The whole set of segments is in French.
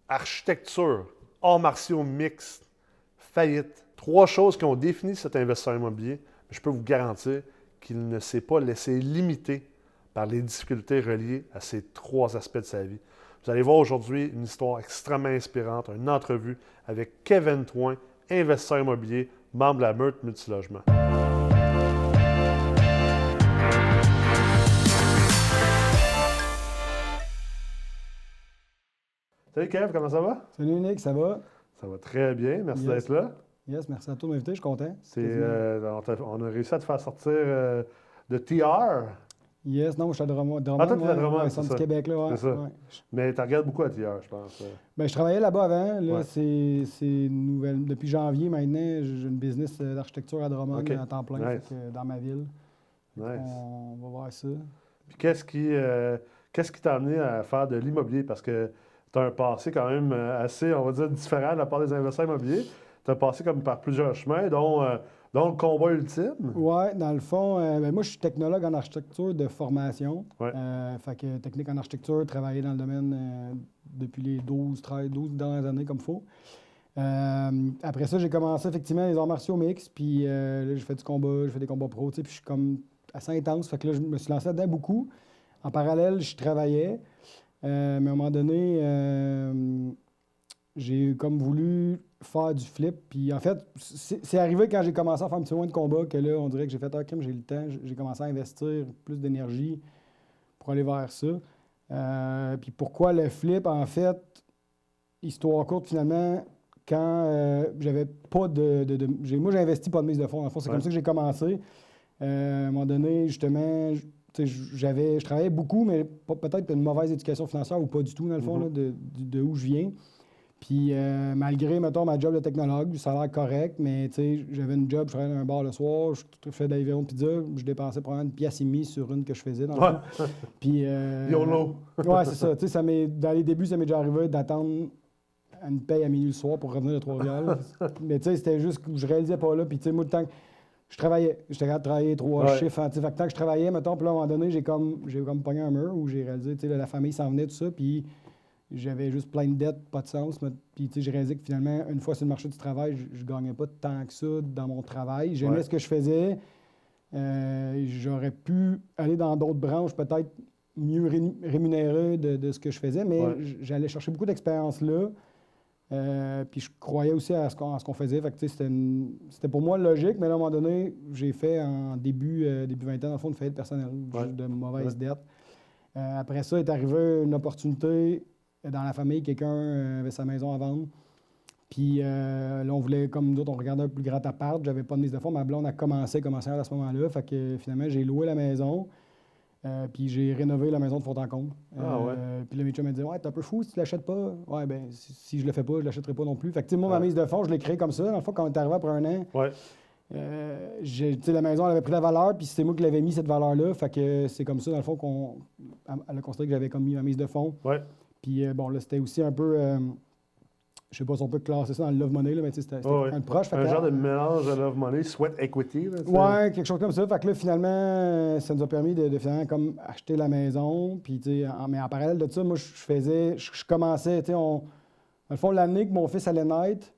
architecture, arts martiaux mixtes, faillite. 3 choses qui ont défini cet investisseur immobilier. Je peux vous garantir qu'il ne s'est pas laissé limiter par les difficultés reliées à ces 3 aspects de sa vie. Vous allez voir aujourd'hui une histoire extrêmement inspirante, une entrevue avec Kevin Thouin, investisseur immobilier, membre de la Meurthe Multilogement. Salut Kev, comment ça va? Salut Nick, ça va? Ça va très bien, merci Yes. d'être là. Yes, merci à toi de m'inviter, je suis content. On a réussi à te faire sortir de TR. Yes, non, je suis à Drummond. Ah, toi, tu es à Drummond, ouais, c'est du ça. Québec, là, ouais. C'est ça. Ouais. Mais tu regardes beaucoup à TR, je pense. Ben, je travaillais là-bas avant. Là, Ouais. c'est nouvelle. Depuis janvier maintenant, j'ai une business d'architecture à Drummond OK. à temps plein, Nice. fait que, dans ma ville. Nice. On va voir ça. Puis qu'est-ce qui t'a amené à faire de l'immobilier? Parce que tu as un passé quand même assez, on va dire, différent de la part des investisseurs immobiliers. Tu as passé comme par plusieurs chemins, dont le combat ultime. Ouais, dans le fond, ben, moi, je suis technologue en architecture de formation. Ouais. Fait que technique en architecture, travaillé dans le domaine depuis les 12 dernières années comme il faut. Après ça, j'ai commencé effectivement les arts martiaux mix, puis là, j'ai fait du combat, j'ai fait des combats pro, tu sais, puis je suis comme assez intense. Fait que là, je me suis lancé là-dedans beaucoup. En parallèle, je travaillais, mais à un moment donné, j'ai comme voulu faire du flip. Puis en fait, c'est arrivé quand j'ai commencé à faire un petit peu moins de combat que là, on dirait que j'ai fait « Ah, crème, j'ai le temps ». J'ai commencé à investir plus d'énergie pour aller vers ça. Puis pourquoi le flip? En fait, histoire courte, finalement, quand j'avais pas moi, j'ai investi pas de mise de fonds. Dans le fond, c'est comme ça que j'ai commencé. À un moment donné, justement, je travaillais beaucoup, mais peut-être une mauvaise éducation financière ou pas du tout, dans le fond, là, de où je viens. Puis malgré, mettons, ma job de technologue, du salaire correct, mais tu sais, j'avais une job, je travaillais dans un bar le soir, je faisais des avirons de pizza, je dépensais probablement 1,5$ sur une que je faisais dans le fond. Puis, YOLO! Ouais, c'est ça. Tu sais, dans les débuts, ça m'est déjà arrivé d'attendre une paye à minuit le soir pour revenir de Trois-Rivières. Mais tu sais, c'était juste que je réalisais pas là. Puis tu sais, moi, le temps que je travaillais, j'étais capable de travailler 3 chiffres. Hein, fait que tant que je travaillais, mettons, puis là, à un moment donné, j'ai comme pogné un mur où j'ai réalisé, tu sais, la famille s'en venait, tout ça, puis j'avais juste plein de dettes, pas de sens. Puis, tu sais, j'ai réalisé que finalement, une fois sur le marché du travail, je gagnais pas tant que ça dans mon travail. J'aimais ce que je faisais. J'aurais pu aller dans d'autres branches, peut-être mieux rémunérées de ce que je faisais, mais j'allais chercher beaucoup d'expérience là. Puis je croyais aussi à ce qu'on faisait. Fait que, tu sais, c'était pour moi logique, mais là, à un moment donné, j'ai fait en début vingtaine, dans le fond, une faillite personnelle, juste de mauvaises dettes. Après ça, est arrivée une opportunité dans la famille, quelqu'un avait sa maison à vendre. Puis là, on voulait, comme d'autres, on regardait un plus grand appart. J'avais pas de mise de fonds. Ma blonde a commencé à ce moment-là. Fait que finalement, j'ai loué la maison. Puis j'ai rénové la maison de fond en comble. Puis le métier m'a dit « Ouais, t'es un peu fou si tu l'achètes pas. » Ouais, ben si je le fais pas, je l'achèterai pas non plus. Fait que, tu sais, moi, ma mise de fonds, je l'ai créée comme ça. Dans le fond, quand on est arrivé après un an, tu sais, la maison, elle avait pris la valeur, puis c'est moi qui l'avais mis cette valeur-là. Fait que c'est comme ça, dans le fond, elle a constaté que j'avais comme mis ma mise de fonds. Puis bon, là, c'était aussi un peu... je sais pas si on peut classer ça dans le love money, là, mais tu sais, c'était un proche. Un genre de mélange de love money, sweat equity. Là, ouais, quelque chose comme ça. Fait que là, finalement, ça nous a permis de finalement comme acheter la maison. Puis, tu sais, mais en parallèle de ça, moi, je commençais, tu sais, dans le fond, l'année que mon fils allait naître,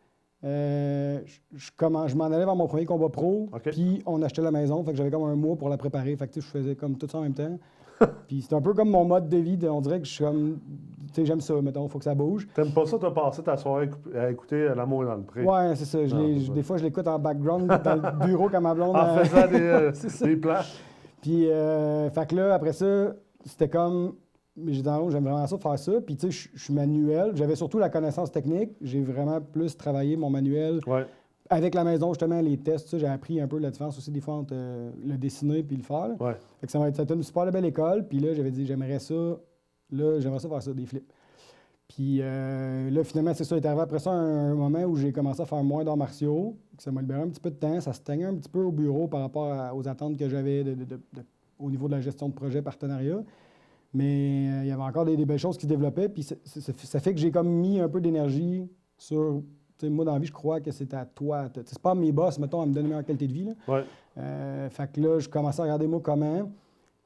je m'en allais vers mon premier combat pro, puis on achetait la maison. Fait que j'avais comme un mois pour la préparer. Fait que, tu sais, je faisais comme tout ça en même temps. Puis c'est un peu comme mon mode de vie. On dirait que je suis comme... Tu sais, j'aime ça, mettons, il faut que ça bouge. T'aimes pas ça, t'as passé ta soirée à écouter L'amour est dans le pré? Ouais, c'est ça. Des fois, je l'écoute en background dans le bureau comme ma blonde. En faisant des plans. Puis, fait que là, après ça, c'était comme... J'ai dit, j'aime vraiment ça, faire ça. Puis, tu sais, je suis manuel. J'avais surtout la connaissance technique. J'ai vraiment plus travaillé mon manuel. Avec la maison, justement, les tests, j'ai appris un peu la différence aussi des fois entre le dessiner et le faire. Fait que ça a été une super belle école. Puis là, j'avais dit, j'aimerais ça faire ça, des flips. Puis là, finalement, c'est ça, il est arrivé après ça un moment où j'ai commencé à faire moins d'arts martiaux. Ça m'a libéré un petit peu de temps. Ça se teignait un petit peu au bureau par rapport aux attentes que j'avais au niveau de la gestion de projet, partenariat. Mais il y avait encore des belles choses qui se développaient. Puis ça fait que j'ai comme mis un peu d'énergie sur... T'sais, moi, dans la vie, je crois que c'est à toi. C'est pas mes boss, mettons, à me donner une meilleure qualité de vie. Fait que là, je commençais à regarder, moi, comment.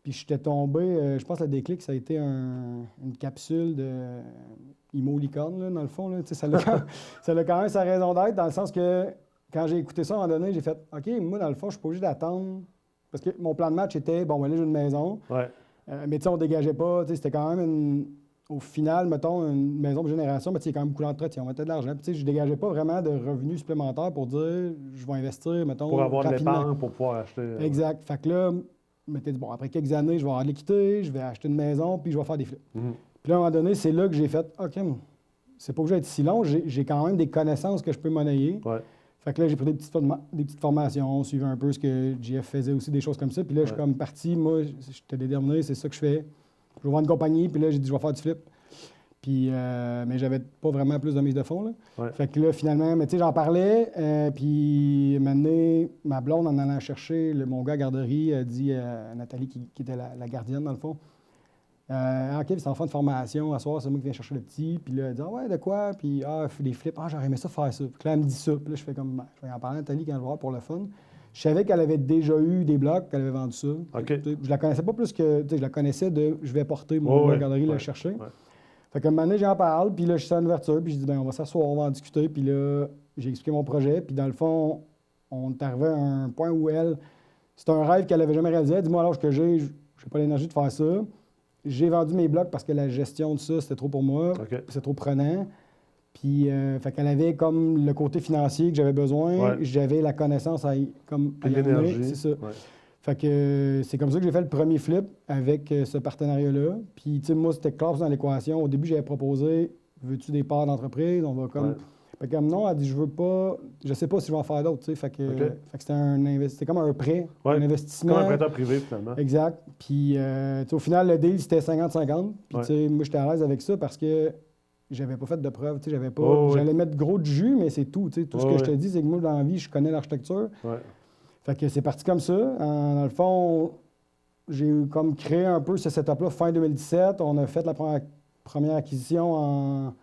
Puis j'étais tombé, je pense que le déclic, ça a été une capsule de Imo Licorne, là, dans le fond. Là. Ça a quand même sa raison d'être, dans le sens que quand j'ai écouté ça, à un moment donné, j'ai fait « OK, moi, dans le fond, je suis pas obligé d'attendre. » Parce que mon plan de match était « Bon, ben là, j'ai une maison. Ouais. » Mais tu sais, on dégageait pas. C'était quand même, au final, mettons, une maison de génération, mais tu sais, il y a quand même beaucoup d'entretien, on mettait de l'argent. Puis tu sais, je dégageais pas vraiment de revenus supplémentaires pour dire « Je vais investir, mettons, Pour avoir de rapidement. » l'épargne, pour pouvoir acheter. Exact. Fait que là, je m'étais dit, bon, après quelques années, je vais avoir de l'équité, je vais acheter une maison, puis je vais faire des flips. Mhm. Puis là, à un moment donné, c'est là que j'ai fait, OK, c'est pas obligé d'être si long, j'ai quand même des connaissances que je peux monnayer. Ouais. Fait que là, j'ai pris des petites formations, suivi un peu ce que JF faisait aussi, des choses comme ça. Puis là, je suis comme parti, moi, j'étais déterminé, c'est ça que je fais. Je vais voir une compagnie, puis là, j'ai dit, je vais faire du flip. Puis, mais j'avais pas vraiment plus de mise de fonds, là. Ouais. Fait que là, finalement, mais tu sais, j'en parlais, puis maintenant, ma blonde, en allant chercher mon gars à garderie, a dit à Nathalie, qui était la gardienne, dans le fond, OK, puis c'est en fin de formation, à soir, c'est moi qui viens chercher le petit. Puis là, elle dit, ah ouais, de quoi? Puis, fait des flips. J'aurais aimé ça faire ça. Puis là, elle me dit ça. Puis là, je fais comme, ben, je vais en parler à Nathalie quand je vais voir pour le fun. Je savais qu'elle avait déjà eu des blocs, qu'elle avait vendu ça. OK. Je la connaissais pas plus que, je la connaissais de, je vais porter mon gars à garderie, le chercher. Ouais. Fait que un moment donné, j'en parle, puis là, je suis à l'ouverture, puis je dis, ben on va s'asseoir, on va en discuter. Puis là, j'ai expliqué mon projet, puis dans le fond, on est arrivé à un point où elle, c'est un rêve qu'elle avait jamais réalisé. Elle dit, moi, alors que j'ai pas l'énergie de faire ça. J'ai vendu mes blocs parce que la gestion de ça, c'était trop pour moi, c'est trop prenant. Puis, fait qu'elle avait comme le côté financier que j'avais besoin, j'avais la connaissance à y amener, c'est ça. Ouais. Fait que c'est comme ça que j'ai fait le premier flip avec ce partenariat-là. Puis, tu sais, moi, c'était clair dans l'équation. Au début, j'avais proposé, veux-tu des parts d'entreprise? On va comme... Ouais. Fait que comme non, elle dit, je veux pas... Je sais pas si je vais en faire d'autres, tu sais. Fait que c'était comme un prêt, un investissement. Comme un prêteur privé, finalement. Exact. Puis, tu sais, au final, le deal, c'était 50-50. Puis, tu sais, moi, j'étais à l'aise avec ça parce que j'avais pas fait de preuve, tu sais, j'avais pas... J'allais mettre gros de jus, mais c'est tout, tu sais. Tout ce que je te dis, c'est que moi, dans la vie, je connais l'architecture. Ouais. Fait que c'est parti comme ça. Dans le fond, j'ai comme créé un peu ce setup-là fin 2017. On a fait la première acquisition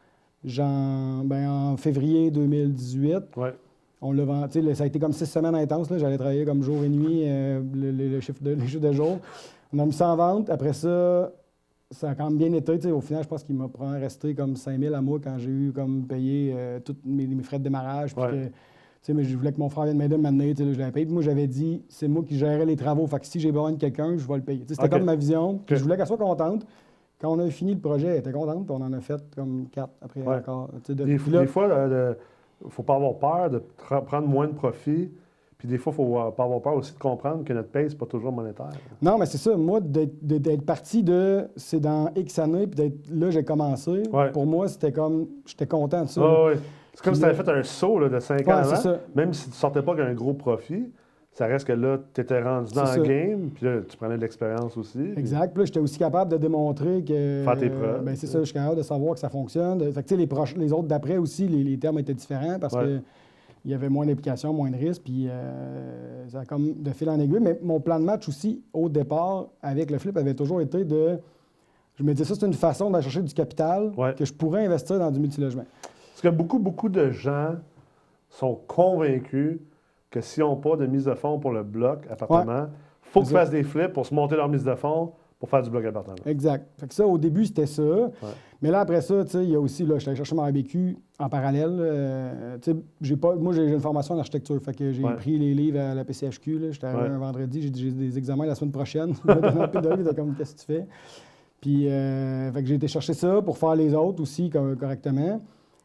en février 2018. Ouais. On l'a vendu. Ça a été comme 6 semaines intenses. J'allais travailler comme jour et nuit, les chiffres de jour. On a mis ça en vente. Après ça, ça a quand même bien été. Au final, je pense qu'il m'a resté comme 5 000 à moi quand j'ai eu comme payé tous mes frais de démarrage. Puis mais je voulais que mon frère vienne m'aider maintenant, je l'avais payé. Puis moi, j'avais dit, c'est moi qui gérais les travaux. Fait que si j'ai besoin de quelqu'un, je vais le payer. C'était comme ma vision. Puis je voulais qu'elle soit contente. Quand on a fini le projet, elle était contente. Puis on en a fait comme 4 après encore. Des fois, il ne faut pas avoir peur de prendre moins de profit. Puis des fois, il ne faut pas avoir peur aussi de comprendre que notre paye, ce n'est pas toujours monétaire. Non, mais c'est ça. Moi, d'être parti c'est dans X années, puis là, j'ai commencé. Pour moi, c'était comme, j'étais content de ça. C'est comme si tu avais fait un saut là, de 5 ans avant. Ça. Même si tu ne sortais pas qu'un gros profit, ça reste que là, tu étais rendu dans le game, puis là, tu prenais de l'expérience aussi. Exact. Puis là, j'étais aussi capable de démontrer que... Faire tes preuves. C'est ça, je suis capable de savoir que ça fonctionne. Fait que, tu sais, les autres d'après aussi, les termes étaient différents parce que il y avait moins d'implications, moins de risques, puis ça a comme de fil en aiguille. Mais mon plan de match aussi, au départ, avec le flip, avait toujours été de... Je me disais, ça, c'est une façon d'aller chercher du capital que je pourrais investir dans du multilogement. Parce que beaucoup de gens sont convaincus que s'ils n'ont pas de mise de fonds pour le bloc appartement, il faut qu'ils fassent des flips pour se monter leur mise de fonds pour faire du bloc appartement. Exact. Fait que ça, au début, c'était ça. Ouais. Mais là, après ça, tu sais, il y a aussi, là, je suis allé chercher mon ABQ en parallèle. Tu sais, moi, j'ai une formation en architecture. Fait que j'ai pris les livres à la PCHQ. J'étais arrivé un vendredi, j'ai des examens la semaine prochaine. J'étais comme, qu'est-ce que tu fais? Puis, fait que j'ai été chercher ça pour faire les autres aussi correctement.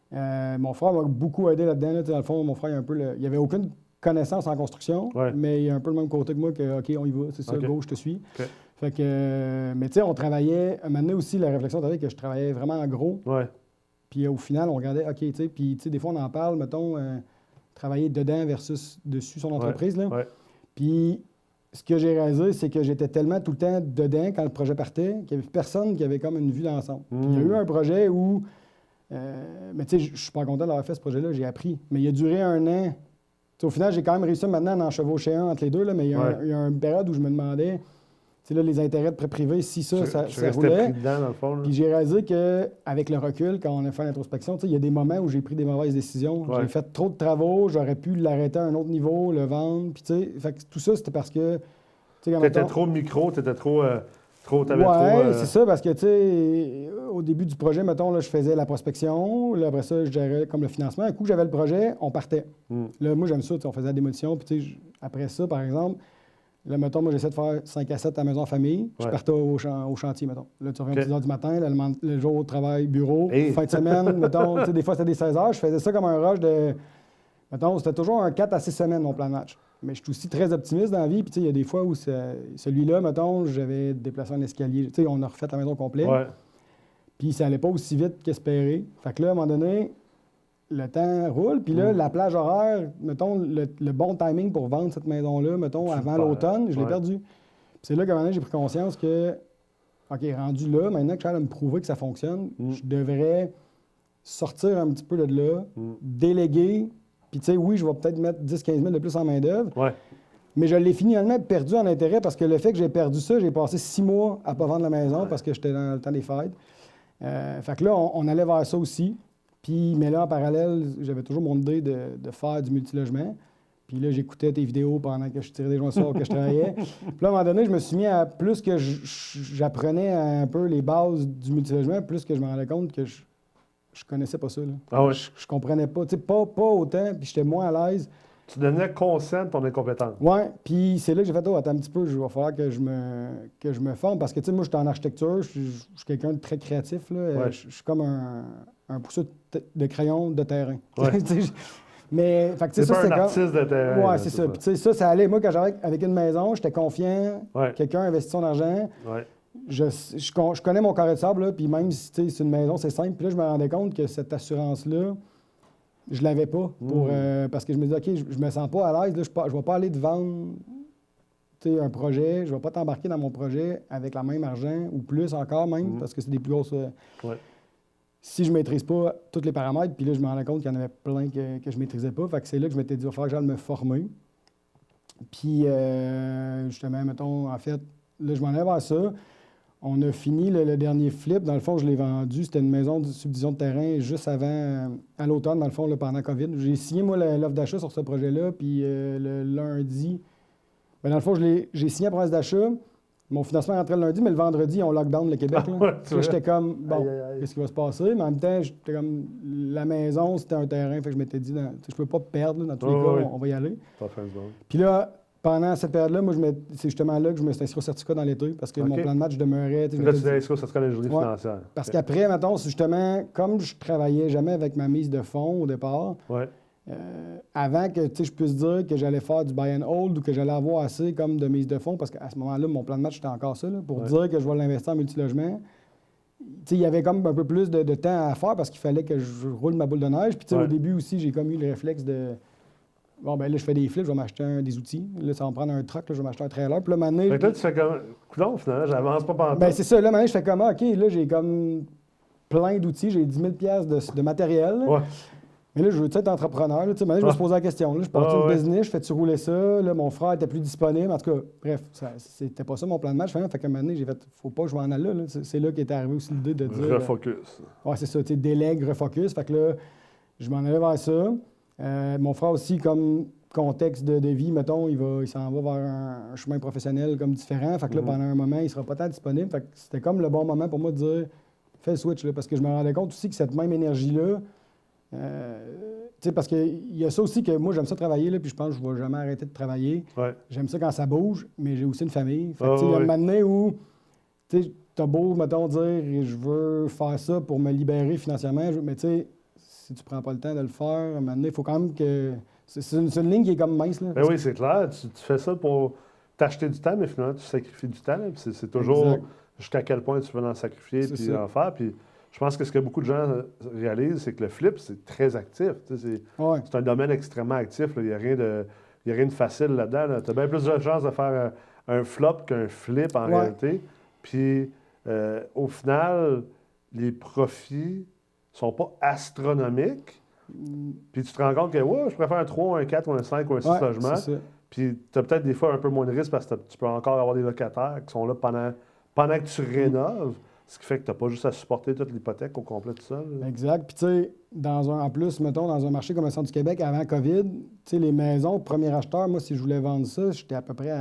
Mon frère m'a beaucoup aidé là-dedans. Là, dans le fond, mon frère, il n'y avait aucune connaissance en construction, mais il a un peu le même côté que moi que, OK, on y va, c'est ça, go, je te suis. Fait que, mais tu sais, on travaillait, un moment donné aussi, la réflexion était que je travaillais vraiment en gros. Puis au final, on regardait, OK, tu sais, puis tu sais, des fois, on en parle, mettons, travailler dedans versus dessus son entreprise. Là. Puis ce que j'ai réalisé, c'est que j'étais tellement tout le temps dedans quand le projet partait qu'il n'y avait personne qui avait comme une vue d'ensemble. Il y a eu un projet où... mais tu sais, je suis pas content d'avoir fait ce projet-là, j'ai appris. Mais il a duré 1 an. T'sais, au final, j'ai quand même réussi maintenant à en chevaucher un entre les deux, là, mais il y a une période où je me demandais, là, les intérêts de prêt privé, si ça roulait. Pris dedans, dans le fond, puis j'ai réalisé qu'avec le recul, quand on a fait l'introspection, il y a des moments où j'ai pris des mauvaises décisions. J'ai fait trop de travaux, j'aurais pu l'arrêter à un autre niveau, le vendre. Puis fait que tout ça, c'était parce que Tu étais trop micro, tu étais trop... c'est ça, parce que, tu sais, au début du projet, mettons, là, je faisais la prospection, là, après ça, je gérais comme le financement. Un coup, j'avais le projet, on partait. Là, moi, j'aime ça, on faisait la démolition, puis, tu sais, après ça, par exemple, là, mettons, moi, j'essaie de faire 5 à 7 à la maison en famille, je partais au chantier, mettons. Là, tu reviens à 10 h du matin, là, le jour au travail, bureau, fin de semaine, mettons, tu sais, des fois, c'était des 16 heures, je faisais ça comme un rush de... Mettons, c'était toujours un 4 à 6 semaines, mon plan de match. Mais je suis aussi très optimiste dans la vie. Puis, tu sais, il y a des fois où celui-là, mettons, j'avais déplacé un escalier. Tu sais, on a refait la maison complète. Ouais. Puis, ça allait pas aussi vite qu'espéré. Fait que là, à un moment donné, le temps roule. Puis là, la plage horaire, mettons, le bon timing pour vendre cette maison-là, mettons, avant l'automne, je l'ai perdu. Puis, c'est là qu'à un moment donné, j'ai pris conscience que, OK, rendu là, maintenant que je suis allé me prouver que ça fonctionne, je devrais sortir un petit peu de là, déléguer. Puis, tu sais, oui, je vais peut-être mettre 10-15 000 de plus en main-d'œuvre. Ouais. Mais je l'ai finalement perdu en intérêt parce que le fait que j'ai perdu ça, j'ai passé 6 mois à ne pas vendre la maison parce que j'étais dans le temps des fêtes. Fait que là, on allait vers ça aussi. Puis, mais là, en parallèle, j'avais toujours mon idée de faire du multilogement. Puis là, j'écoutais tes vidéos pendant que je tirais des joints soirs, que je travaillais. Puis là, à un moment donné, je me suis mis à plus que j'apprenais un peu les bases du multilogement, plus que je me rendais compte que je connaissais pas ça. Là. Ah ouais. Je comprenais pas. Tu sais, pas autant, puis j'étais moins à l'aise. Tu devenais conscient de ton incompétence. Oui, puis c'est là que j'ai fait, attends un petit peu, il va falloir que je me forme. Parce que, tu sais, moi, je suis en architecture, je suis quelqu'un de très créatif. Là. Ouais. Je suis comme un pousseux de crayon de terrain. Ouais. Mais, fait que, c'est ça, pas c'est un artiste de terrain. Oui, c'est ça. Puis, tu sais, ça allait. Moi, quand j'arrivais avec une maison, j'étais confiant. Ouais. Quelqu'un investit son argent. Ouais. Je connais mon carré de sable, là, puis même si c'est une maison, c'est simple. Puis là, je me rendais compte que cette assurance-là, je ne l'avais pas. Parce que je me disais, OK, je me sens pas à l'aise. Là, je ne vais pas aller te vendre un projet. Je ne vais pas t'embarquer dans mon projet avec la même argent ou plus encore même, parce que c'est des plus grosses... Ouais. Si je ne maîtrise pas tous les paramètres, puis là, je me rendais compte qu'il y en avait plein que je ne maîtrisais pas. Fait que c'est là que je m'étais dit, il va falloir que j'aille me former. Puis, justement, mettons, en fait, là, je m'en allais vers ça. On a fini le dernier flip. Dans le fond, je l'ai vendu. C'était une maison de subdivision de terrain juste avant, à l'automne, dans le fond, là, pendant COVID. J'ai signé, moi, l'offre d'achat sur ce projet-là. Puis le lundi, bien, dans le fond, j'ai signé la promesse d'achat. Mon financement rentrait le lundi, mais le vendredi, on lockdown le Québec. Là. J'étais comme, bon, qu'est-ce qui va se passer? Mais en même temps, j'étais comme, la maison, c'était un terrain. Fait que je m'étais dit, je peux pas perdre. Là, dans tous les cas, on va y aller. Puis là, pendant cette période-là, moi, c'est justement là que je me suis inscrit au certificat dans l'été parce que mon plan de match demeurait. Là, tu t'es inscrit au certificat d'ingénierie financière. Parce qu'après, mettons, c'est justement, comme je travaillais jamais avec ma mise de fonds au départ, avant que je puisse dire que j'allais faire du buy and hold ou que j'allais avoir assez comme de mise de fonds, parce qu'à ce moment-là, mon plan de match, c'était encore ça, là, pour dire que je vais l'investir en multilogement. Il y avait comme un peu plus de temps à faire parce qu'il fallait que je roule ma boule de neige. Puis au début aussi, j'ai comme eu le réflexe de... Bon, ben là, je fais des flips, je vais m'acheter des outils. Là, ça va me prendre un truck, là, je vais m'acheter un trailer. Puis là, maintenant... Fait que là, tu fais comme... Coudonc, finalement, j'avance pas pendant Ben c'est ça. Là, maintenant, je fais comme, OK, là, j'ai comme plein d'outils. J'ai 10 000 $, de matériel. Ouais. Mais là, je veux être entrepreneur. Là, maintenant, je me suis posé la question. Là, je partais une business, je fais-tu rouler ça? Là, mon frère était plus disponible. En tout cas, bref, c'était pas ça mon plan de match. Fait qu'à un moment donné, j'ai fait, faut pas que je m'en aille là. C'est là qu'est arrivé aussi l'idée de dire... Refocus. Ouais, c'est ça. Tu sais, délègue, refocus. Fait que là, je m'en allais vers ça. Mon frère aussi, comme contexte de vie, mettons, il s'en va vers un chemin professionnel comme différent. Fait que là, pendant un moment, il sera pas tant disponible. Fait que c'était comme le bon moment pour moi de dire, fais le switch, là, parce que je me rendais compte aussi que cette même énergie-là, parce qu'il y a ça aussi que moi, j'aime ça travailler, là, puis je pense que je ne vais jamais arrêter de travailler. Ouais. J'aime ça quand ça bouge, mais j'ai aussi une famille. Fait que, il y a un moment donné où tu as beau, mettons, dire je veux faire ça pour me libérer financièrement, mais tu sais, si tu prends pas le temps de le faire, à un moment donné, il faut quand même que... C'est une ligne qui est comme mince. Là, ben oui, c'est clair. Tu fais ça pour t'acheter du temps, mais finalement, tu sacrifies du temps. C'est toujours jusqu'à quel point tu veux en sacrifier puis en faire. Puis je pense que ce que beaucoup de gens réalisent, c'est que le flip, c'est très actif. C'est un domaine extrêmement actif. Il n'y a rien de facile là-dedans. Là. Tu as bien plus de chances de faire un flop qu'un flip en réalité. Puis au final, les profits sont pas astronomiques. Puis tu te rends compte que je préfère un 3, un 4 ou un 5 ou un 6 logements. Puis tu as peut-être des fois un peu moins de risque parce que tu peux encore avoir des locataires qui sont là pendant que tu rénoves. Ce qui fait que tu n'as pas juste à supporter toute l'hypothèque au complet tout seul. Exact. Puis tu sais, en plus, mettons, dans un marché commerçant du Québec, avant COVID, tu sais, les maisons, premier acheteur, moi, si je voulais vendre ça, j'étais à peu près à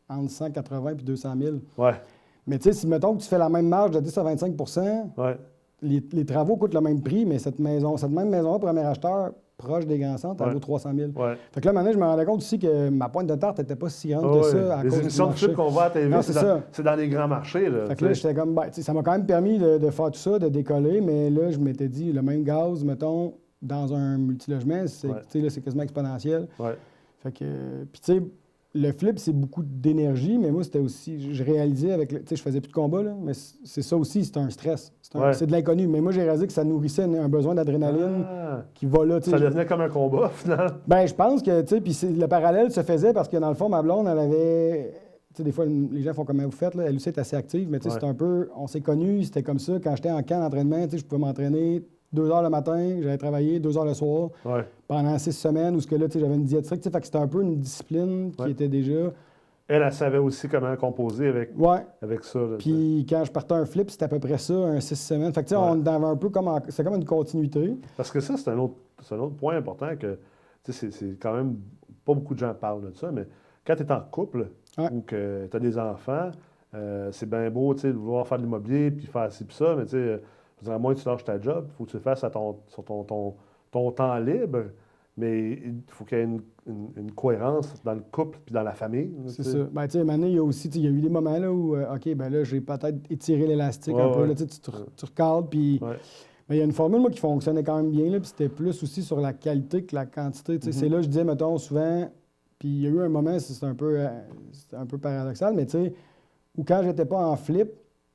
entre 180 et 200 000. Ouais. Mais tu sais, si mettons que tu fais la même marge de 10 à 25 Ouais. les travaux coûtent le même prix, mais cette même maison-là, premier acheteur, proche des grands centres, elle vaut 300 000. Ouais. Fait que là, maintenant, je me rendais compte aussi que ma pointe de tarte n'était pas si grande Ah que ouais. ça à Les cause émissions du de flip marché. qu'on voit à TV, Non, c'est dans les grands marchés. Là, fait que là, j'étais comme, ben, tu sais, ça m'a quand même permis de faire tout ça, de décoller, mais là, je m'étais dit, le même gaz, mettons, dans un multilogement, c'est tu sais, là, c'est quasiment exponentiel. Ouais. Fait que, puis tu sais, le flip, c'est beaucoup d'énergie, mais moi, c'était aussi, je réalisais avec, tu sais, je faisais plus de combat, là, mais c'est ça aussi, c'est un stress. C'est de l'inconnu. Mais moi, j'ai réalisé que ça nourrissait un besoin d'adrénaline qui va là, tu sais. Ça devenait comme un combat, finalement. Ben, je pense que, tu sais, puis le parallèle se faisait parce que, dans le fond, ma blonde, elle avait, tu sais, des fois, les gens font comme vous faites, là, elle aussi est assez active, mais tu sais, c'est un peu, on s'est connus, c'était comme ça. Quand j'étais en camp d'entraînement, tu sais, je pouvais m'entraîner 2 heures le matin, j'allais travailler 2 heures le soir pendant 6 semaines où là, j'avais une diète stricte. Fait que c'était un peu une discipline qui était déjà... Elle savait aussi comment composer avec ça. Là, puis quand je partais un flip, c'était à peu près ça, un 6 semaines. Fait que on avait un peu comme... C'est comme une continuité. Parce que ça, c'est un autre point important que... C'est quand même... Pas beaucoup de gens parlent de ça, mais quand tu es en couple ou que tu as des enfants, c'est bien beau de vouloir faire de l'immobilier puis faire ci puis ça, mais tu sais... à moins que tu lâches ta job, il faut que tu le fasses sur ton temps libre, mais il faut qu'il y ait une cohérence dans le couple puis dans la famille. C'est ça. Ben, tu sais, maintenant, il y a aussi, il y a eu des moments là où, OK, ben là, j'ai peut-être étiré l'élastique un peu. Là, tu recadres, puis... Mais il y a une formule, moi, qui fonctionnait quand même bien, là, puis c'était plus aussi sur la qualité que la quantité. C'est là, je disais, mettons, souvent, puis il y a eu un moment, c'est un peu paradoxal, mais tu sais, où quand j'étais pas en flip,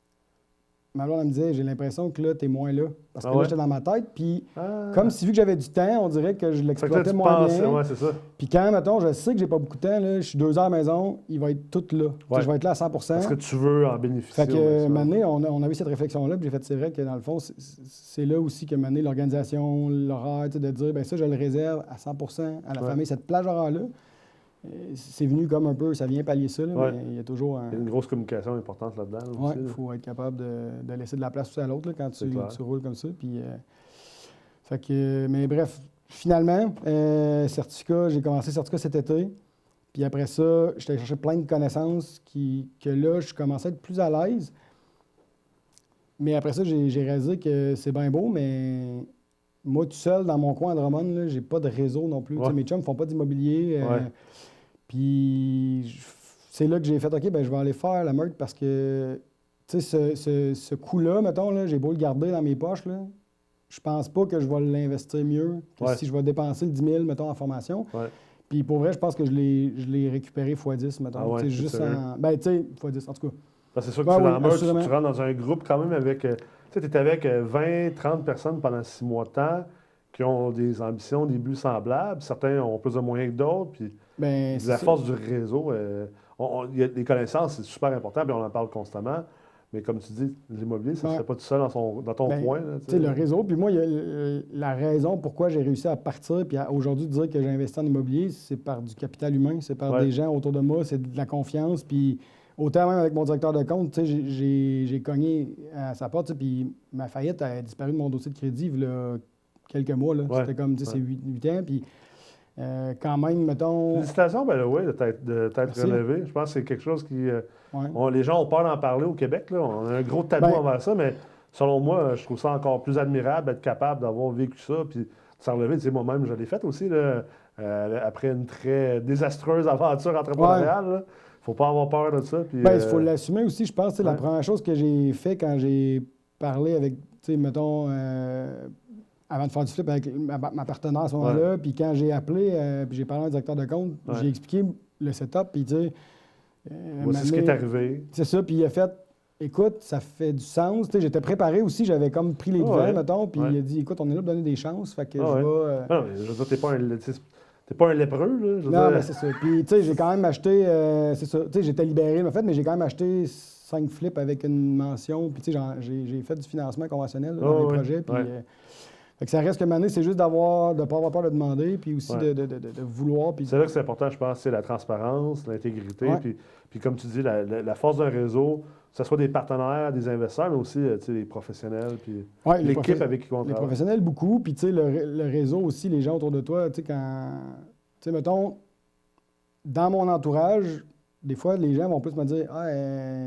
ma blonde, elle me disait, j'ai l'impression que là, t'es moins là. Parce que là, j'étais dans ma tête, puis comme si, vu que j'avais du temps, on dirait que je l'exploitais moins bien. Ouais, c'est ça. Puis quand, mettons, je sais que j'ai pas beaucoup de temps, là, je suis 2 heures à la maison, il va être tout là. Je vais être là à 100 Parce que tu veux en bénéficier. Fait que, maintenant, on a eu cette réflexion-là, puis j'ai fait, c'est vrai que dans le fond, c'est là aussi que maintenant, l'organisation, l'horaire, de dire, ben ça, je le réserve à 100 à la famille, cette plage horaire-là. C'est venu comme un peu, ça vient pallier ça, là, mais il y a toujours il y a une grosse communication importante là-dedans. Oui, il faut être capable de laisser de la place aussi à l'autre là, quand tu roules comme ça. Puis, fait que, mais bref, finalement, certificat, j'ai commencé le certificat cet été. Puis après ça, j'étais chercher plein de connaissances que là, je commençais à être plus à l'aise. Mais après ça, j'ai réalisé que c'est bien beau, mais moi, tout seul, dans mon coin à Drummond, j'ai pas de réseau non plus. Mes chums ne font pas d'immobilier. Puis c'est là que j'ai fait, OK, ben je vais aller faire la meute parce que, tu sais, ce coût-là, mettons, là, j'ai beau le garder dans mes poches, là, je pense pas que je vais l'investir mieux que si je vais dépenser le 10 000, mettons, en formation. Puis pour vrai, je pense que je l'ai récupéré x10, mettons. Juste en... Ben, tu sais, x10, en tout cas. C'est sûr que c'est dans la meute, tu rentres dans un groupe quand même avec... tu sais, tu es avec 20, 30 personnes pendant 6 mois de temps qui ont des ambitions, des buts semblables. Certains ont plus de moyens que d'autres. Puis la force du réseau, il y a des connaissances, c'est super important, puis on en parle constamment. Mais comme tu dis, l'immobilier, ça ne serait pas tout seul dans ton coin. Tu sais, le réseau, puis moi, il y a la raison pourquoi j'ai réussi à partir, puis aujourd'hui dire que j'ai investi en immobilier, c'est par du capital humain, c'est par des gens autour de moi, c'est de la confiance, puis autant même avec mon directeur de compte, tu sais, j'ai cogné à sa porte, puis ma faillite a disparu de mon dossier de crédit il y a quelques mois. C'était comme, tu sais, c'est 8 ans, puis quand même, mettons... Félicitations, de t'être relevé. Je pense que c'est quelque chose qui... les gens ont peur d'en parler au Québec. Là. On a un gros tabou envers ça, mais selon moi, je trouve ça encore plus admirable d'être capable d'avoir vécu ça puis de s'en relever. Tu sais, moi-même, je l'ai fait aussi là, après une très désastreuse aventure entrepreneuriale. Il ne faut pas avoir peur de ça. Il faut l'assumer aussi, je pense. La première chose que j'ai fait quand j'ai parlé avec, mettons... avant de faire du flip avec ma partenaire à ce moment-là. Puis quand j'ai appelé, puis j'ai parlé à un directeur de compte, j'ai expliqué le setup, puis tu sais... Voici ce qui est arrivé. C'est ça, puis il a fait, écoute, ça fait du sens. Tu sais, j'étais préparé aussi, j'avais comme pris les devants, mettons, puis il a dit, écoute, on est là pour donner des chances, fait que je vais... Non, mais je veux dire, t'es pas un lépreux, là. Mais c'est ça. Puis, tu sais, j'ai quand même acheté, c'est ça, tu sais, j'étais libéré, en fait, mais j'ai quand même acheté 5 flips avec une mention, puis tu sais, j'ai fait du financement conventionnel dans mes projets, puis... Fait que ça reste que maintenant, c'est juste de ne pas avoir peur de demander, puis aussi de vouloir. Puis... C'est là que c'est important, je pense, c'est la transparence, l'intégrité, puis comme tu dis, la force d'un réseau, que ce soit des partenaires, des investisseurs, mais aussi les professionnels, puis l'équipe avec qui on travaille. Les professionnels, beaucoup, puis tu sais, le réseau aussi, les gens autour de toi, tu sais, quand... Tu sais, mettons, dans mon entourage, des fois, les gens vont plus me dire « Ah,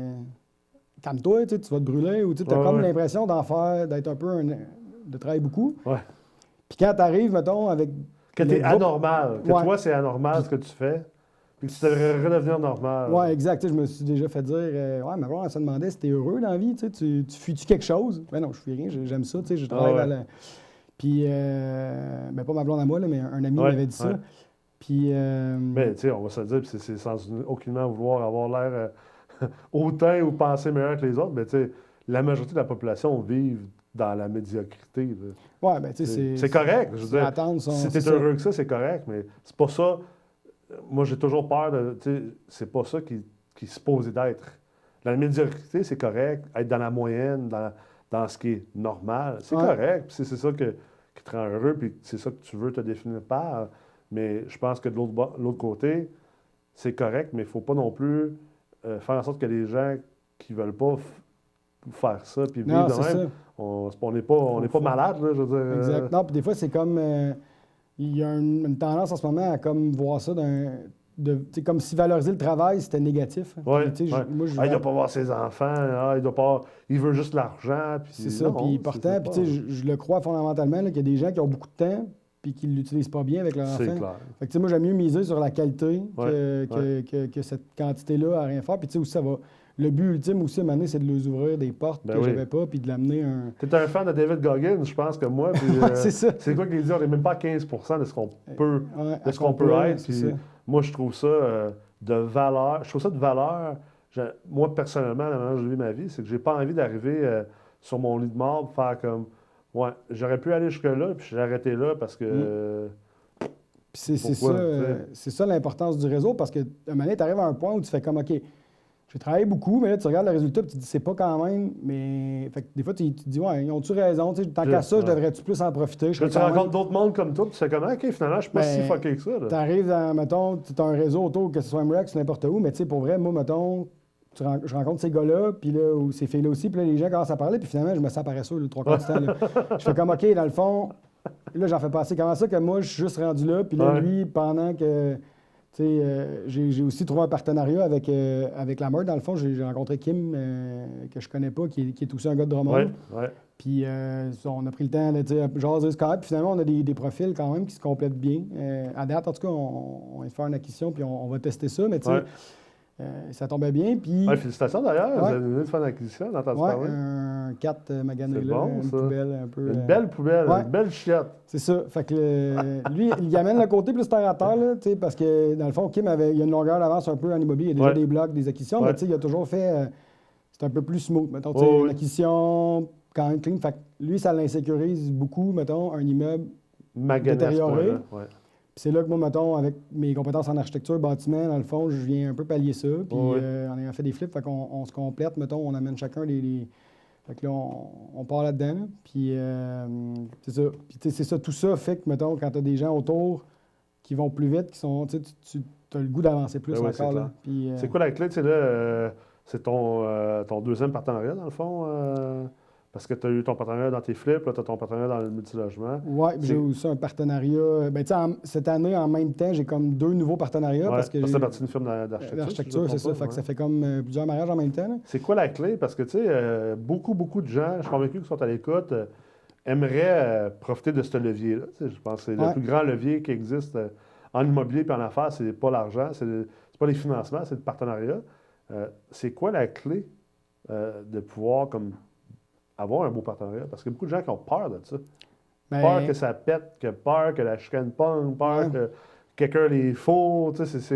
calme-toi, tu vas te brûler » ou tu as comme l'impression d'être un peu de travailler beaucoup. Ouais. Puis quand tu arrives, mettons, avec... Que tu es anormal, que Ouais. toi, c'est anormal ce que tu fais, puis que tu devrais redevenir normal. Oui, exact. Tu sais, je me suis déjà fait dire ouais, ma blonde, elle se demandait si t'es heureux dans la vie, tu fuis-tu quelque chose? Ben non, je fuis rien, j'aime ça, tu sais, je travaille dans la... Puis, ben pas ma blonde à moi, là, mais un ami m'avait dit ça. Puis... Mais tu sais, on va se le dire, puis c'est sans aucunement vouloir avoir l'air hautain ou penser meilleur que les autres, mais tu sais, la majorité de la population vit dans la médiocrité. Oui, ben tu sais, c'est correct. Je veux dire, si tu es heureux que ça, c'est correct, mais c'est pas ça. Moi, j'ai toujours peur de. Tu sais, c'est pas ça qui est supposé d'être. La médiocrité, c'est correct. Être dans la moyenne, dans ce qui est normal, c'est correct. Puis c'est ça qui te rend heureux, puis c'est ça que tu veux te définir par. Mais je pense que de l'autre côté, c'est correct, mais il ne faut pas non plus faire en sorte que les gens qui ne veulent pas faire ça, puis vivre de même, on n'est pas malade, là, je veux dire. Exact. Non, puis des fois, c'est comme... il y a une tendance en ce moment à comme voir ça comme si valoriser le travail, c'était négatif. Oui, il ne doit pas voir ses enfants, il veut juste l'argent. C'est ça, puis pourtant, je le crois fondamentalement qu'il y a des gens qui ont beaucoup de temps puis qui ne l'utilisent pas bien avec leur enfant. C'est clair. Fait que, moi, j'aime mieux miser sur la qualité que cette quantité-là à rien faire. Puis, tu sais, où ça va... Le but ultime aussi, à un moment donné, c'est de leur ouvrir des portes que je n'avais pas, puis de l'amener un... Tu es un fan de David Goggins, je pense, que moi. Puis, c'est ça. C'est quoi qu'il dit? On n'est même pas à 15 de ce qu'on peut, être. Puis, moi, je trouve ça de valeur. Je trouve ça de valeur. Moi, personnellement, la manière dont je vis ma vie, c'est que j'ai pas envie d'arriver sur mon lit de mort pour faire comme... Ouais, j'aurais pu aller jusque-là, puis j'ai arrêté là parce que... Puis c'est ça l'importance du réseau, parce qu'à un moment donné, tu arrives à un point où tu fais comme, OK, j'ai travaillé beaucoup, mais là, tu regardes le résultat et tu te dis, c'est pas quand même. Mais fait que des fois, tu te dis, ouais, ils ont-tu raison? Tant qu'à ça, je devrais-tu plus en profiter? Tu rencontres d'autres mondes comme toi, puis tu sais comment, OK, finalement, je suis pas si fucké que ça. Tu arrives dans, mettons, tu as un réseau autour, que ce soit MREX ou n'importe où, mais tu sais, pour vrai, moi, mettons, je rencontre ces gars-là, puis là, ou ces filles-là aussi, puis là, les gens commencent à parler, puis finalement, je me sens paresseux, le 3/4 du temps. Là. Je fais comme, OK, dans le fond, là, j'en fais passer. Comment ça que moi, je suis juste rendu là, puis là, lui, pendant que. J'ai aussi trouvé un partenariat avec la Meurthe. Dans le fond, j'ai rencontré Kim, que je connais pas, qui est aussi un gars de Drummond. Puis on a pris le temps de jaser Skype. Puis finalement, on a des profils quand même qui se complètent bien. À date, en tout cas, on va faire une acquisition, puis on va tester ça. Mais tu sais, ça tombait bien. Puis, félicitations d'ailleurs, vous avez venu de faire une acquisition, d'entendre parler. Un 4 magané là, bon, une poubelle un peu. Une belle poubelle, une belle chiotte. C'est ça. Fait que lui, il amène le côté plus terre à terre, là, parce que dans le fond, Kim il y a une longueur d'avance un peu en immobilier. Il y a déjà des blocs, des acquisitions, mais il a toujours fait. C'est un peu plus smooth. Mettons, une acquisition quand même clean. Fait que lui, ça l'insécurise beaucoup, mettons, un immeuble détérioré. C'est là que moi, mettons, avec mes compétences en architecture, bâtiment, dans le fond, je viens un peu pallier ça. Puis on a fait des flips, fait qu'on se complète, mettons, on amène chacun des... Fait que là, on part là-dedans. Là. Puis c'est ça. Puis c'est ça, tout ça fait que, mettons, quand tu as des gens autour qui vont plus vite, qui sont... Tu as le goût d'avancer plus encore. Là. Puis, c'est quoi la clé? C'est ton deuxième partenariat, dans le fond? Parce que tu as eu ton partenariat dans tes flips, là, tu as ton partenariat dans le multilogement. Oui, j'ai aussi un partenariat. Ben, cette année, en même temps, j'ai comme 2 nouveaux partenariats. Parce que c'est parti d'une firme d'architecture. L'architecture, c'est ça. Fait que ça fait comme plusieurs mariages en même temps. Là. C'est quoi la clé? Parce que, tu sais, beaucoup de gens, je suis convaincu qu'ils sont à l'écoute, aimeraient profiter de ce levier-là. Je pense que c'est le plus grand levier qui existe en immobilier et en affaires. C'est pas l'argent, c'est pas les financements, c'est le partenariat. C'est quoi la clé de pouvoir comme avoir un beau partenariat? Parce qu'il y a beaucoup de gens qui ont peur de ça. Peur que ça pète, peur que la chicane pogne, peur que quelqu'un les faut.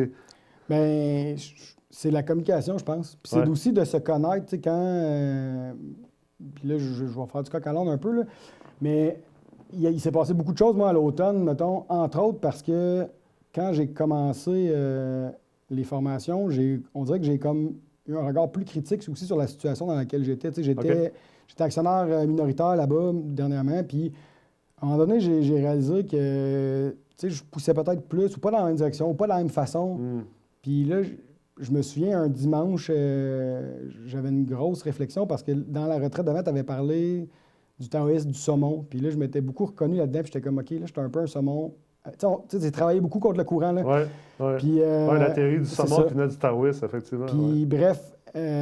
Bien, c'est la communication, je pense. Puis c'est aussi de se connaître, tu sais, quand... puis là, je vais faire du coq à l'âne un peu, là. Mais il s'est passé beaucoup de choses, moi, à l'automne, mettons, entre autres, parce que quand j'ai commencé les formations, on dirait que j'ai comme eu un regard plus critique aussi sur la situation dans laquelle j'étais. Tu sais, j'étais actionnaire minoritaire là-bas dernièrement, puis à un moment donné, j'ai réalisé que je poussais peut-être plus, ou pas dans la même direction, ou pas de la même façon. Puis là, je me souviens, un dimanche, j'avais une grosse réflexion parce que dans la retraite d'avant, tu avais parlé du taoïsme, du saumon. Puis là, je m'étais beaucoup reconnu là-dedans, puis j'étais comme, OK, là, j'étais un peu un saumon J'ai travaillé beaucoup contre le courant. Là. Oui. Puis, La théorie du c'est saumon ça. qui venait du taoïsme, effectivement. Puis bref,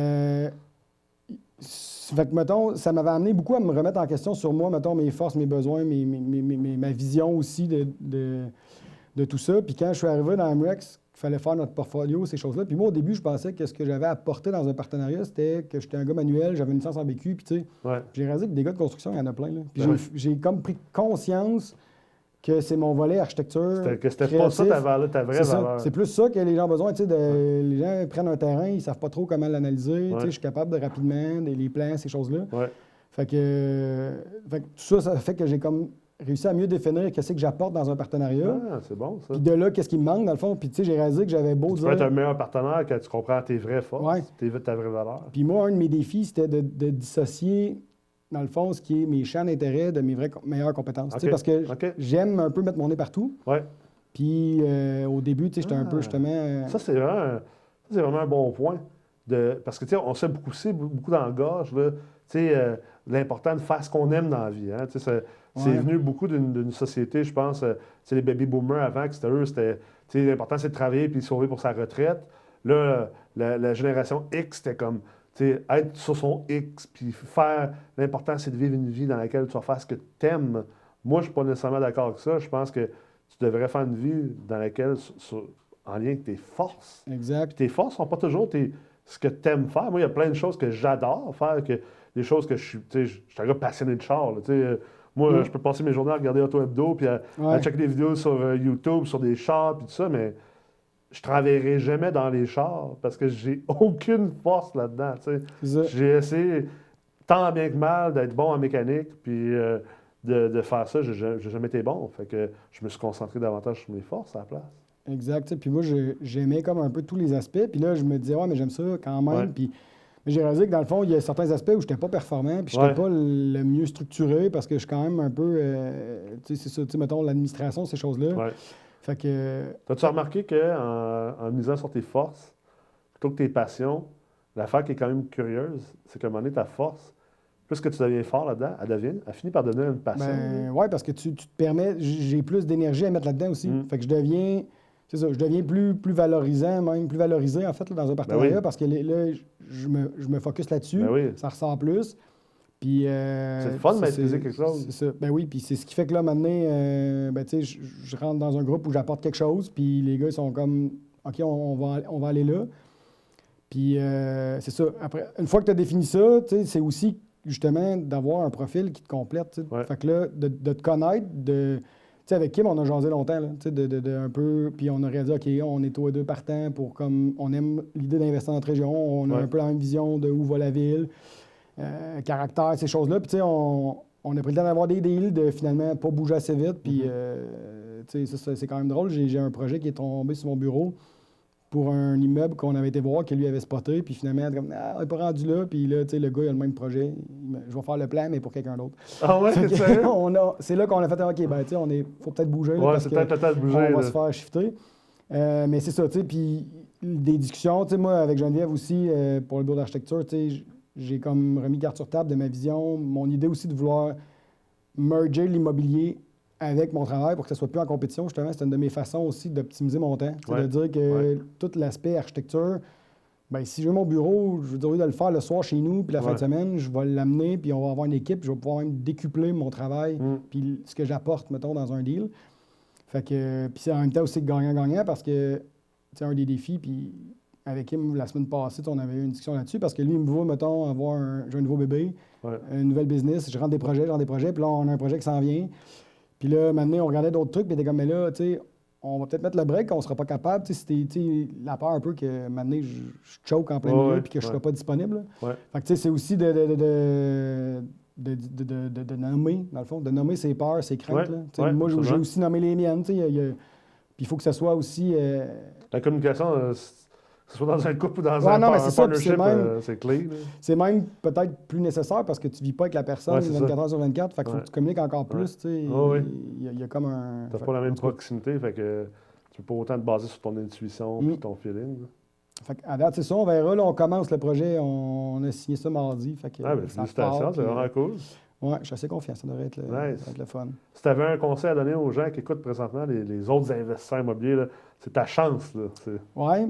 fait que, mettons, ça m'avait amené beaucoup à me remettre en question sur moi, mettons, mes forces, mes besoins, ma vision aussi de tout ça. Puis quand je suis arrivé dans MREX, il fallait faire notre portfolio, ces choses-là. Puis moi, au début, je pensais que ce que j'avais apporté dans un partenariat, c'était que j'étais un gars manuel, j'avais une licence en BQ, puis tu sais, j'ai réalisé que des gars de construction, il y en a plein. Là. Puis j'ai comme pris conscience que c'est mon volet architecture. Que c'était pas ça ta vraie valeur. C'est plus ça que les gens ont besoin. Les gens prennent un terrain, ils savent pas trop comment l'analyser. Je suis capable de rapidement, les plans, ces choses-là. Fait que tout ça fait que j'ai comme réussi à mieux définir qu'est-ce que j'apporte dans un partenariat. Ah, c'est bon, ça. Puis de là, qu'est-ce qui me manque, dans le fond. Puis j'ai réalisé que j'avais beau tu dire... peux être un meilleur partenaire quand tu comprends tes vraies forces, ta vraie valeur. Puis moi, un de mes défis, c'était de dissocier, dans le fond, ce qui est mes champs d'intérêt de mes vraies meilleures compétences. Parce que j'aime un peu mettre mon nez partout. Puis au début, j'étais un peu justement... Ça, c'est vraiment un bon point. Parce que, on sait beaucoup dans la gorge, l'important de faire ce qu'on aime dans la vie. Hein, c'est venu beaucoup d'une société, je pense, les baby boomers avant, que l'important, c'est de travailler puis sauver pour sa retraite. Là, la génération X, c'était comme... être sur son X, puis faire... L'important, c'est de vivre une vie dans laquelle tu vas faire ce que tu aimes. Moi, je ne suis pas nécessairement d'accord avec ça. Je pense que tu devrais faire une vie dans laquelle, en lien avec tes forces. Exact. Puis tes forces ne sont pas toujours ce que tu aimes faire. Moi, il y a plein de choses que j'adore faire, des choses que je suis un gars passionné de char. Moi, je peux passer mes journées à regarder Auto Hebdo, puis à checker des vidéos sur YouTube, sur des chars, puis tout ça, mais... je ne travaillerai jamais dans les chars parce que j'ai aucune force là-dedans. J'ai essayé tant bien que mal d'être bon en mécanique, puis de faire ça, j'ai jamais été bon. Fait que je me suis concentré davantage sur mes forces à la place. Exact. Puis moi, j'aimais comme un peu tous les aspects. Puis là, je me disais, mais j'aime ça quand même. Puis j'ai réalisé que dans le fond, il y a certains aspects où je n'étais pas performant, puis je n'étais pas le mieux structuré parce que je suis quand même un peu, c'est ça, mettons, l'administration, ces choses-là. Fait que... As-tu remarqué qu'en misant sur tes forces, plutôt que tes passions, l'affaire qui est quand même curieuse, c'est qu'à un moment donné, ta force, plus que tu deviens fort là-dedans, elle finit par devenir une passion. Oui, parce que tu te permets... J'ai plus d'énergie à mettre là-dedans aussi. Fait que je deviens plus valorisant, même plus valorisé, en fait, là, dans un partenariat, parce que là, je me focus là-dessus, ça ressort plus. Puis, c'est le fun de maîtriser quelque chose. C'est ça. Ben oui, puis c'est ce qui fait que là, maintenant, je rentre dans un groupe où j'apporte quelque chose, puis les gars, ils sont comme, OK, on va aller là. Puis, c'est ça. Après, une fois que tu as défini ça, c'est aussi, justement, d'avoir un profil qui te complète. Fait que là, de te connaître, avec Kim, on a jasé longtemps, là, un peu, puis on a réalisé, OK, on est tous les deux partants pour, comme, on aime l'idée d'investir dans notre région, on a un peu la même vision de où va la ville. Caractère, ces choses-là. Puis, on a pris le temps d'avoir des deals, de finalement pas bouger assez vite. Puis, ça, c'est quand même drôle. J'ai un projet qui est tombé sur mon bureau pour un immeuble qu'on avait été voir, que lui avait spoté. Puis, finalement, comme, on n'est pas rendu là. Puis, là, le gars, il a le même projet. Je vais faire le plan, mais pour quelqu'un d'autre. Ah ouais, c'est sérieux? C'est là qu'on a fait, OK, faut peut-être bouger. Ouais, c'est peut-être le temps de bouger. On va se faire shifter. Mais c'est ça, puis des discussions. Moi, avec Geneviève aussi, pour le bureau d'architecture, j'ai comme remis carte sur table de ma vision, mon idée aussi de vouloir merger l'immobilier avec mon travail pour que ça soit plus en compétition. Justement, c'est une de mes façons aussi d'optimiser mon temps. C'est de dire que tout l'aspect architecture, si j'ai mon bureau, je veux dire, au lieu de le faire le soir chez nous, puis la fin de semaine, je vais l'amener, puis on va avoir une équipe, puis je vais pouvoir même décupler mon travail, puis ce que j'apporte, mettons, dans un deal. Fait que, puis c'est en même temps aussi gagnant-gagnant parce que, c'est un des défis, puis... Avec Kim, la semaine passée, on avait eu une discussion là-dessus parce que lui, il me voit, mettons, j'ai un nouveau bébé, une nouvelle business, je rentre des projets, puis là, on a un projet qui s'en vient. Puis là, maintenant, on regardait d'autres trucs, puis il était comme, mais là, tu sais, on va peut-être mettre le break, on sera pas capable. Tu sais, la peur un peu que maintenant, je choke en plein milieu, puis que je ne serai pas disponible. Fait que, tu sais, c'est aussi de nommer, dans le fond, de nommer ses peurs, ses craintes. Là. Moi, j'ai aussi nommé les miennes, tu sais. Puis il faut que ça soit aussi... La communication... que ce soit dans un couple ou dans un partnership, c'est clé. Là. C'est même peut-être plus nécessaire parce que tu ne vis pas avec la personne 24 heures sur 24. Fait qu'il faut que tu communiques encore plus. Il y a comme un... Tu n'as pas la même proximité. Fait que tu ne peux pas autant te baser sur ton intuition et ton feeling. Là. Fait qu'à date, c'est ça. On verra. Là, on commence le projet. On a signé ça mardi. Fait que félicitations. C'est vraiment cool. Oui, je suis assez confiant. Ça devrait être Nice. ça devrait être le fun. Si tu avais un conseil à donner aux gens qui écoutent présentement, les autres investisseurs immobiliers, là, c'est ta chance. Là. Oui,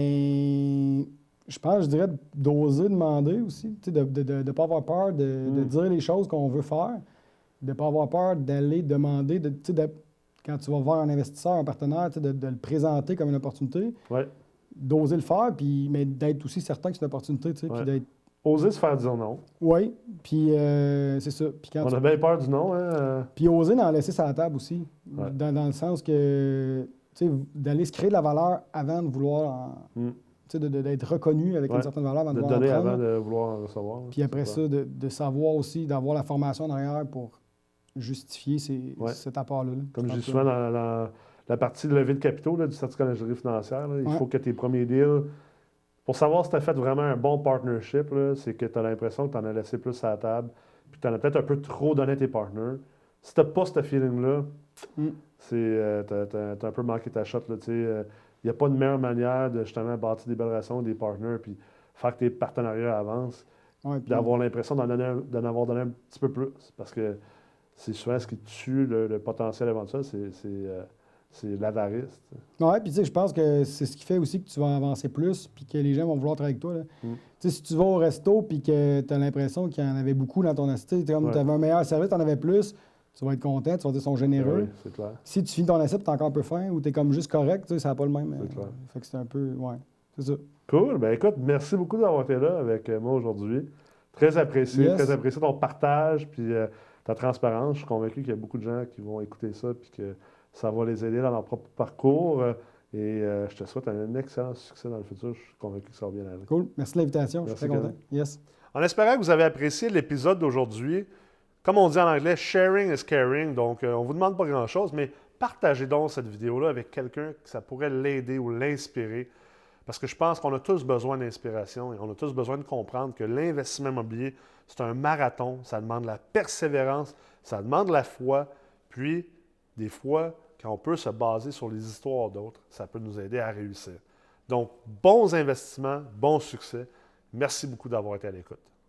ben je pense, je dirais d'oser demander aussi, tu sais, de ne pas avoir peur de dire les choses qu'on veut faire, de ne pas avoir peur d'aller demander, tu sais, quand tu vas voir un investisseur, un partenaire, tu sais, de le présenter comme une opportunité, Ouais. d'oser le faire, puis, mais d'être aussi certain que c'est une opportunité, tu sais, puis Ouais. d'être... Oser se faire dire non. Oui, puis c'est ça. Puis quand On a bien peur du non. Hein? Puis oser en laisser sur la table aussi, Ouais. dans le sens que, tu sais, d'aller se créer de la valeur avant de vouloir, tu sais, d'être reconnu avec Ouais. une certaine valeur avant de De vouloir en donner prendre. avant de vouloir en recevoir. Puis après ça, de savoir aussi, d'avoir la formation derrière pour justifier cet apport-là. Comme je dis souvent dans la partie de levée de capitaux là, du certificat d'ingénierie financière, là, il faut que tes premiers deals, pour savoir si tu as fait vraiment un bon partnership, là, c'est que tu as l'impression que tu en as laissé plus à la table, puis tu en as peut-être un peu trop donné à tes partners. Si tu n'as pas ce feeling-là, tu as un peu manqué ta shot. Il n'y a pas de meilleure manière de justement bâtir des belles relations avec des partners, puis faire que tes partenariats avancent, d'avoir l'impression d'en avoir donné un petit peu plus. Parce que c'est souvent ce qui tue le potentiel éventuel, c'est l'avarice. Oui, puis tu sais, je pense que c'est ce qui fait aussi que tu vas avancer plus, puis que les gens vont vouloir travailler avec toi. Tu sais, si tu vas au resto, puis que tu as l'impression qu'il y en avait beaucoup dans ton assiette, comme tu avais un meilleur service, tu en avais plus, tu vas être content, tu vas dire qu'ils sont généreux. Oui, c'est clair. Si tu finis ton assiette, tu es encore un peu faim, ou tu es comme juste correct, tu sais, ça n'a pas le même. C'est clair. Fait que c'est un peu, ouais, c'est ça. Cool. Ben écoute, merci beaucoup d'avoir été là avec moi aujourd'hui. Très apprécié, très apprécié ton partage, puis ta transparence. Je suis convaincu qu'il y a beaucoup de gens qui vont écouter ça, puis que ça va les aider dans leur propre parcours. Et je te souhaite un excellent succès dans le futur. Je suis convaincu que ça va bien aller. Cool. Merci de l'invitation. Je suis très content. Yes. En espérant que vous avez apprécié l'épisode d'aujourd'hui, comme on dit en anglais, sharing is caring. Donc, on ne vous demande pas grand-chose, mais partagez donc cette vidéo-là avec quelqu'un que ça pourrait l'aider ou l'inspirer. Parce que je pense qu'on a tous besoin d'inspiration et on a tous besoin de comprendre que l'investissement immobilier, c'est un marathon. Ça demande la persévérance, ça demande la foi. Puis, des fois, quand on peut se baser sur les histoires d'autres, ça peut nous aider à réussir. Donc, bons investissements, bon succès. Merci beaucoup d'avoir été à l'écoute.